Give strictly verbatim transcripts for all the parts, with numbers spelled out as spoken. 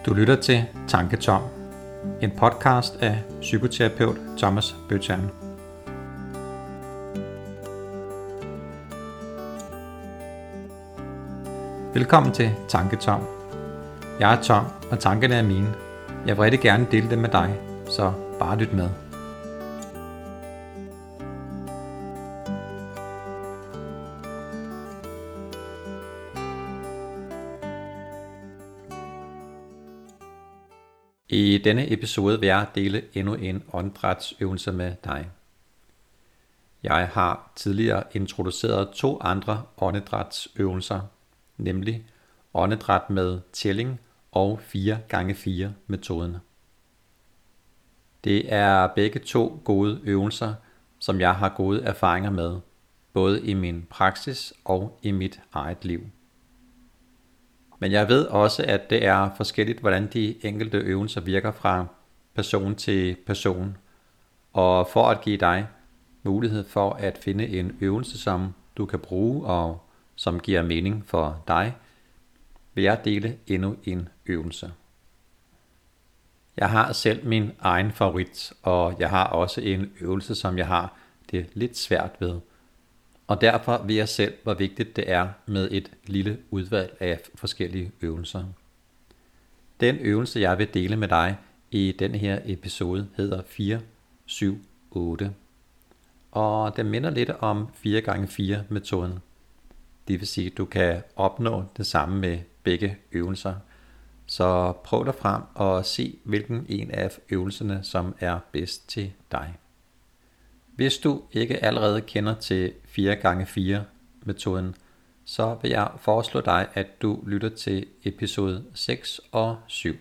Du lytter til Tanketom, en podcast af psykoterapeut Thomas Bøtjern. Velkommen til Tanketom. Jeg er Tom, og tankerne er mine. Jeg vil rigtig gerne dele dem med dig, så bare lyt med. I denne episode vil jeg dele endnu en åndedrætsøvelse med dig. Jeg har tidligere introduceret to andre åndedrætsøvelser, nemlig åndedræt med tælling og fire gange fire metoden. Det er begge to gode øvelser, som jeg har gode erfaringer med, både i min praksis og i mit eget liv. Men jeg ved også, at det er forskelligt, hvordan de enkelte øvelser virker fra person til person. Og for at give dig mulighed for at finde en øvelse, som du kan bruge og som giver mening for dig, vil jeg dele endnu en øvelse. Jeg har selv min egen favorit, og jeg har også en øvelse, som jeg har det lidt svært ved. Og derfor ved jeg selv, hvor vigtigt det er med et lille udvalg af forskellige øvelser. Den øvelse, jeg vil dele med dig i den her episode, hedder fire syv otte. Og den minder lidt om fire gange fire metoden. Det vil sige, at du kan opnå det samme med begge øvelser. Så prøv dig frem og se, hvilken en af øvelserne, som er bedst til dig. Hvis du ikke allerede kender til fire gange fire metoden, så vil jeg foreslå dig, at du lytter til episode seks og syv.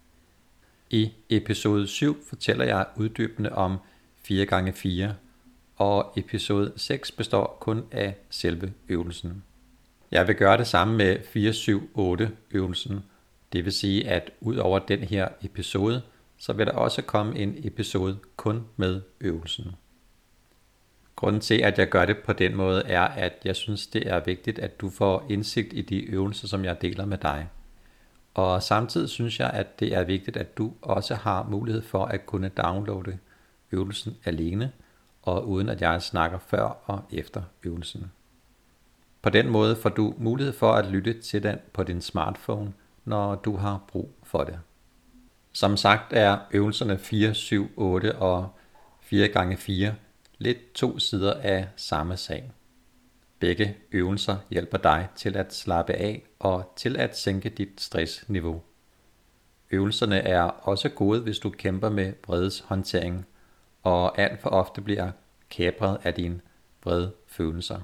I episode syv fortæller jeg uddybende om fire gange fire, og episode seks består kun af selve øvelsen. Jeg vil gøre det samme med fire syv otte øvelsen. Det vil sige, at ud over den her episode, så vil der også komme en episode kun med øvelsen. Grunden til, at jeg gør det på den måde, er, at jeg synes, det er vigtigt, at du får indsigt i de øvelser, som jeg deler med dig. Og samtidig synes jeg, at det er vigtigt, at du også har mulighed for at kunne downloade øvelsen alene, og uden at jeg snakker før og efter øvelsen. På den måde får du mulighed for at lytte til den på din smartphone, når du har brug for det. Som sagt er øvelserne fire syv otte og fire gange fire lidt to sider af samme sag. Begge øvelser hjælper dig til at slappe af og til at sænke dit stressniveau. Øvelserne er også gode, hvis du kæmper med vredeshåndtering, og alt for ofte bliver kapret af dine vrede følelser.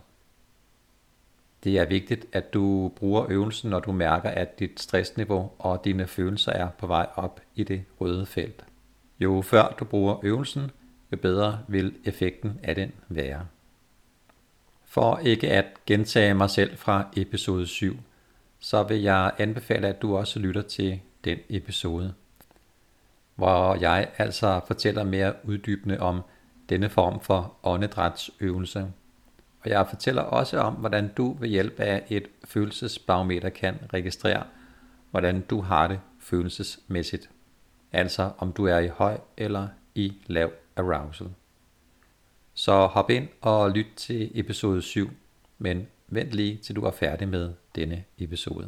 Det er vigtigt, at du bruger øvelsen, når du mærker, at dit stressniveau og dine følelser er på vej op i det røde felt. Jo før du bruger øvelsen, jo bedre vil effekten af den være. For ikke at gentage mig selv fra episode syv, så vil jeg anbefale, at du også lytter til den episode, hvor jeg altså fortæller mere uddybende om denne form for åndedrætsøvelse. Og jeg fortæller også om, hvordan du ved hjælp af et følelsesbarometer kan registrere, hvordan du har det følelsesmæssigt. Altså om du er i høj eller i lav arousal. Så hop ind og lyt til episode syv, men vent lige til du er færdig med denne episode.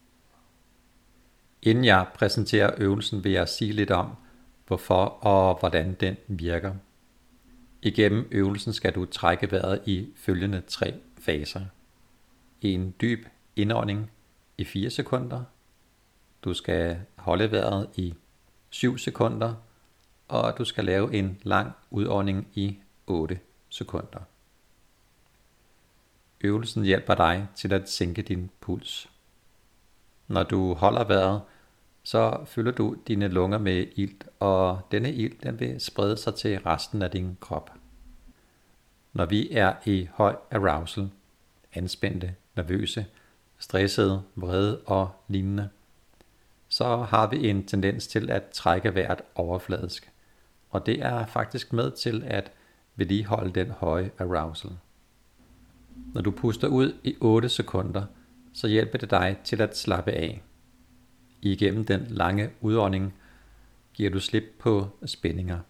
Inden jeg præsenterer øvelsen, vil jeg sige lidt om, hvorfor og hvordan den virker. Igennem øvelsen skal du trække vejret i følgende tre faser. En dyb indånding i fire sekunder. Du skal holde vejret i syv sekunder. Og du skal lave en lang udånding i otte sekunder. Øvelsen hjælper dig til at sænke din puls. Når du holder vejret, så fylder du dine lunger med ilt, og denne ilt den vil sprede sig til resten af din krop. Når vi er i høj arousal, anspændte, nervøse, stressede, vrede og lignende, så har vi en tendens til at trække vejret overfladisk. Og det er faktisk med til at vedligeholde den høje arousal. Når du puster ud i otte sekunder, så hjælper det dig til at slappe af. Igennem den lange udånding giver du slip på spændinger.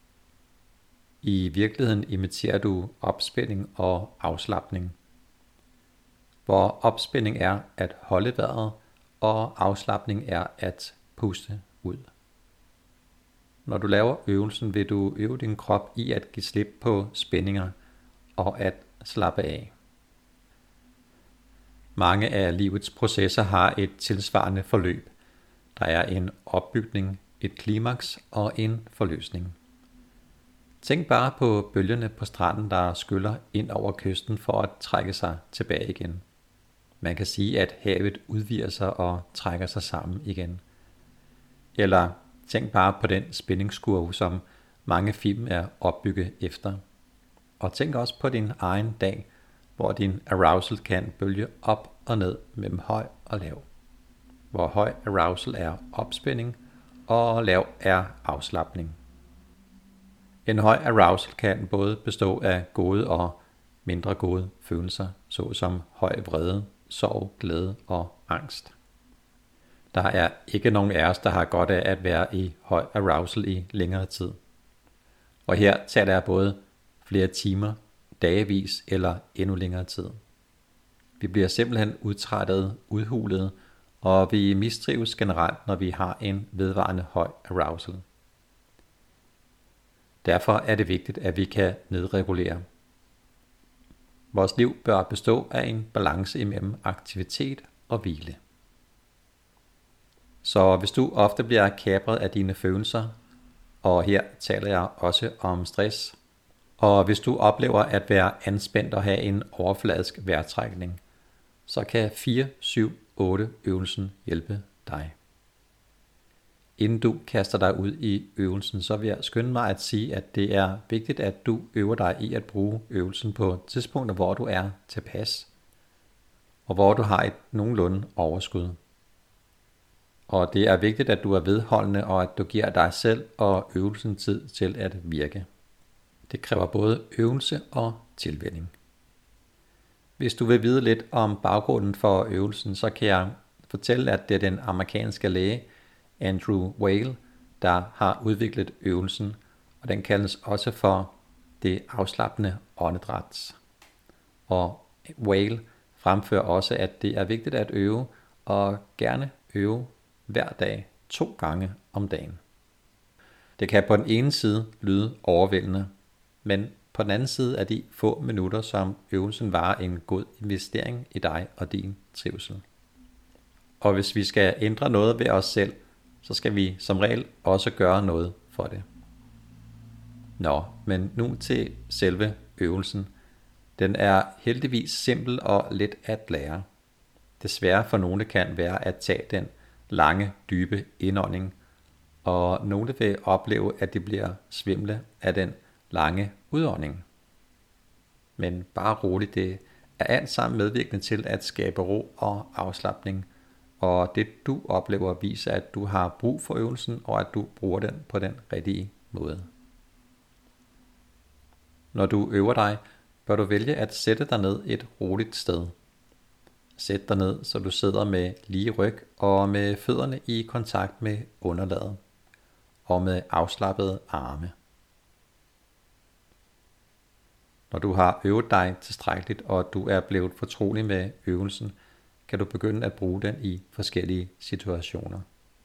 I virkeligheden imiterer du opspænding og afslapning, hvor opspænding er at holde vejret, og afslapning er at puste ud. Når du laver øvelsen, vil du øve din krop i at give slip på spændinger og at slappe af. Mange af livets processer har et tilsvarende forløb. Der er en opbygning, et klimaks og en forløsning. Tænk bare på bølgerne på stranden, der skyller ind over kysten for at trække sig tilbage igen. Man kan sige, at havet udvider sig og trækker sig sammen igen. Eller tænk bare på den spændingskurve, som mange film er opbygget efter. Og tænk også på din egen dag, hvor din arousal kan bølge op og ned mellem høj og lav. Hvor høj arousal er opspænding, og lav er afslapning. En høj arousal kan både bestå af gode og mindre gode følelser, såsom høj vrede, sorg, glæde og angst. Der er ikke nogen af os, der har godt af at være i høj arousal i længere tid. Og her taler jeg både flere timer, dagevis eller endnu længere tid. Vi bliver simpelthen udtrættet, udhulet, og vi mistrives generelt, når vi har en vedvarende høj arousal. Derfor er det vigtigt, at vi kan nedregulere. Vores liv bør bestå af en balance imellem aktivitet og hvile. Så hvis du ofte bliver kapret af dine følelser, og her taler jeg også om stress, og hvis du oplever at være anspændt og have en overfladisk vejrtrækning, så kan fire syv otte øvelsen hjælpe dig. Inden du kaster dig ud i øvelsen, så vil jeg skynde mig at sige, at det er vigtigt, at du øver dig i at bruge øvelsen på tidspunkter, hvor du er tilpas, og hvor du har et nogenlunde overskud. Og det er vigtigt, at du er vedholdende, og at du giver dig selv og øvelsen tid til at virke. Det kræver både øvelse og tilvænning. Hvis du vil vide lidt om baggrunden for øvelsen, så kan jeg fortælle, at det er den amerikanske læge Andrew Weil, der har udviklet øvelsen, og den kaldes også for det afslappende åndedræt. Og Weil fremfører også, at det er vigtigt at øve, og gerne øve hver dag to gange om dagen. Det kan på den ene side lyde overvældende, men på den anden side er de få minutter, som øvelsen varer, en god investering i dig og din trivsel. Og hvis vi skal ændre noget ved os selv, så skal vi som regel også gøre noget for det. Nå, men nu til selve øvelsen. Den er heldigvis simpel og let at lære. Det svære for nogle kan være at tage den lange, dybe indånding, og nogle vil opleve, at de bliver svimle af den lange udånding. Men bare roligt, det er alt sammen medvirkende til at skabe ro og afslapning, og det du oplever viser, at du har brug for øvelsen, og at du bruger den på den rigtige måde. Når du øver dig, bør du vælge at sætte dig ned et roligt sted. Sæt dig ned, så du sidder med lige ryg og med fødderne i kontakt med underlaget og med afslappede arme. Når du har øvet dig tilstrækkeligt, og du er blevet fortrolig med øvelsen, kan du begynde at bruge den i forskellige situationer.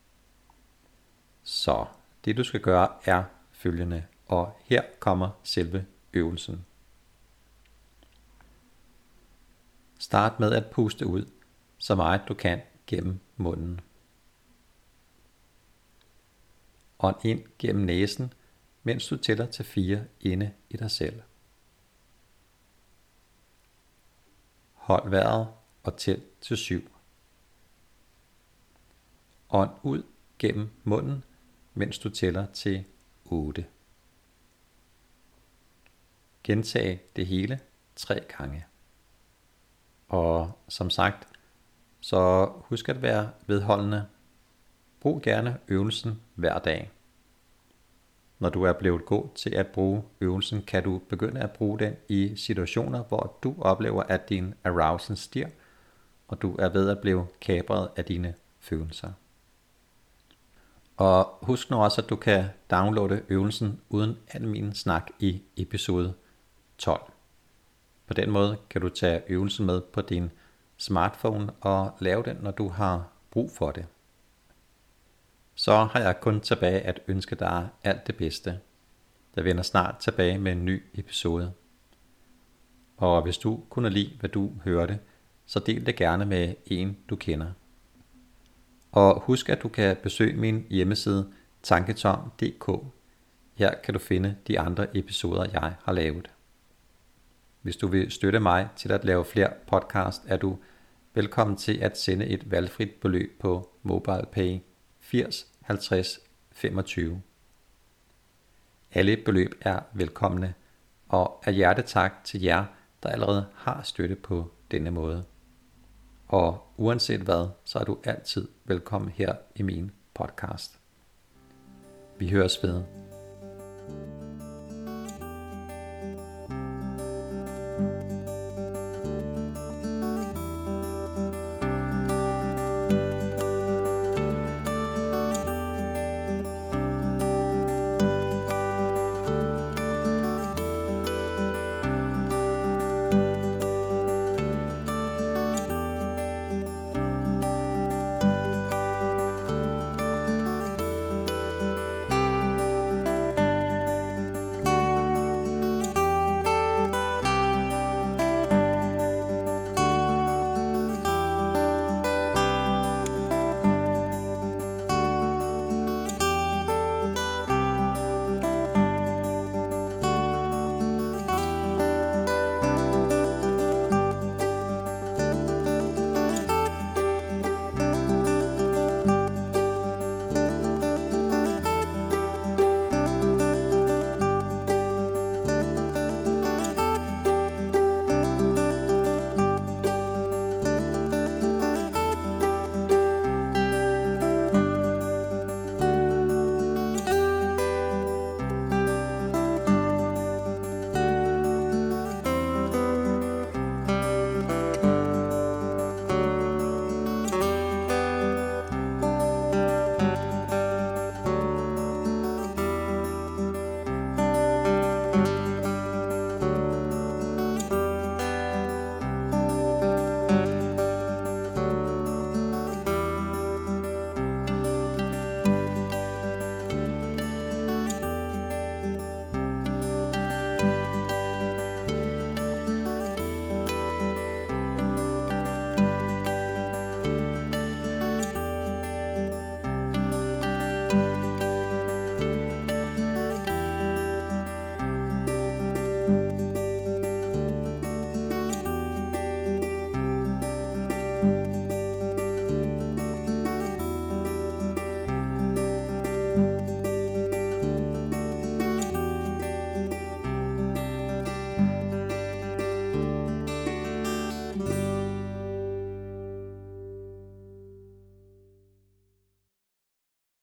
Så det du skal gøre er følgende, og her kommer selve øvelsen. Start med at puste ud, så meget du kan gennem munden. Ånd ind gennem næsen, mens du tæller til fire inde i dig selv. Hold vejret og tæl til syv. Ånd ud gennem munden, mens du tæller til otte. Gentag det hele tre gange. Og som sagt, så husk at være vedholdende. Brug gerne øvelsen hver dag. Når du er blevet god til at bruge øvelsen, kan du begynde at bruge den i situationer, hvor du oplever, at din arousal stiger, og du er ved at blive kapret af dine følelser. Og husk nu også, at du kan downloade øvelsen uden al min snak i episode tolv. På den måde kan du tage øvelsen med på din smartphone og lave den, når du har brug for det. Så har jeg kun tilbage at ønske dig alt det bedste. Jeg vender snart tilbage med en ny episode. Og hvis du kunne lide, hvad du hørte, så del det gerne med en, du kender. Og husk, at du kan besøge min hjemmeside tanketom punktum d k. Her kan du finde de andre episoder, jeg har lavet. Hvis du vil støtte mig til at lave flere podcast, er du velkommen til at sende et valgfrit beløb på MobilePay firs halvtreds femogtyve. Alle beløb er velkomne, og af hjerte tak til jer, der allerede har støtte på denne måde. Og uanset hvad, så er du altid velkommen her i min podcast. Vi høres ved.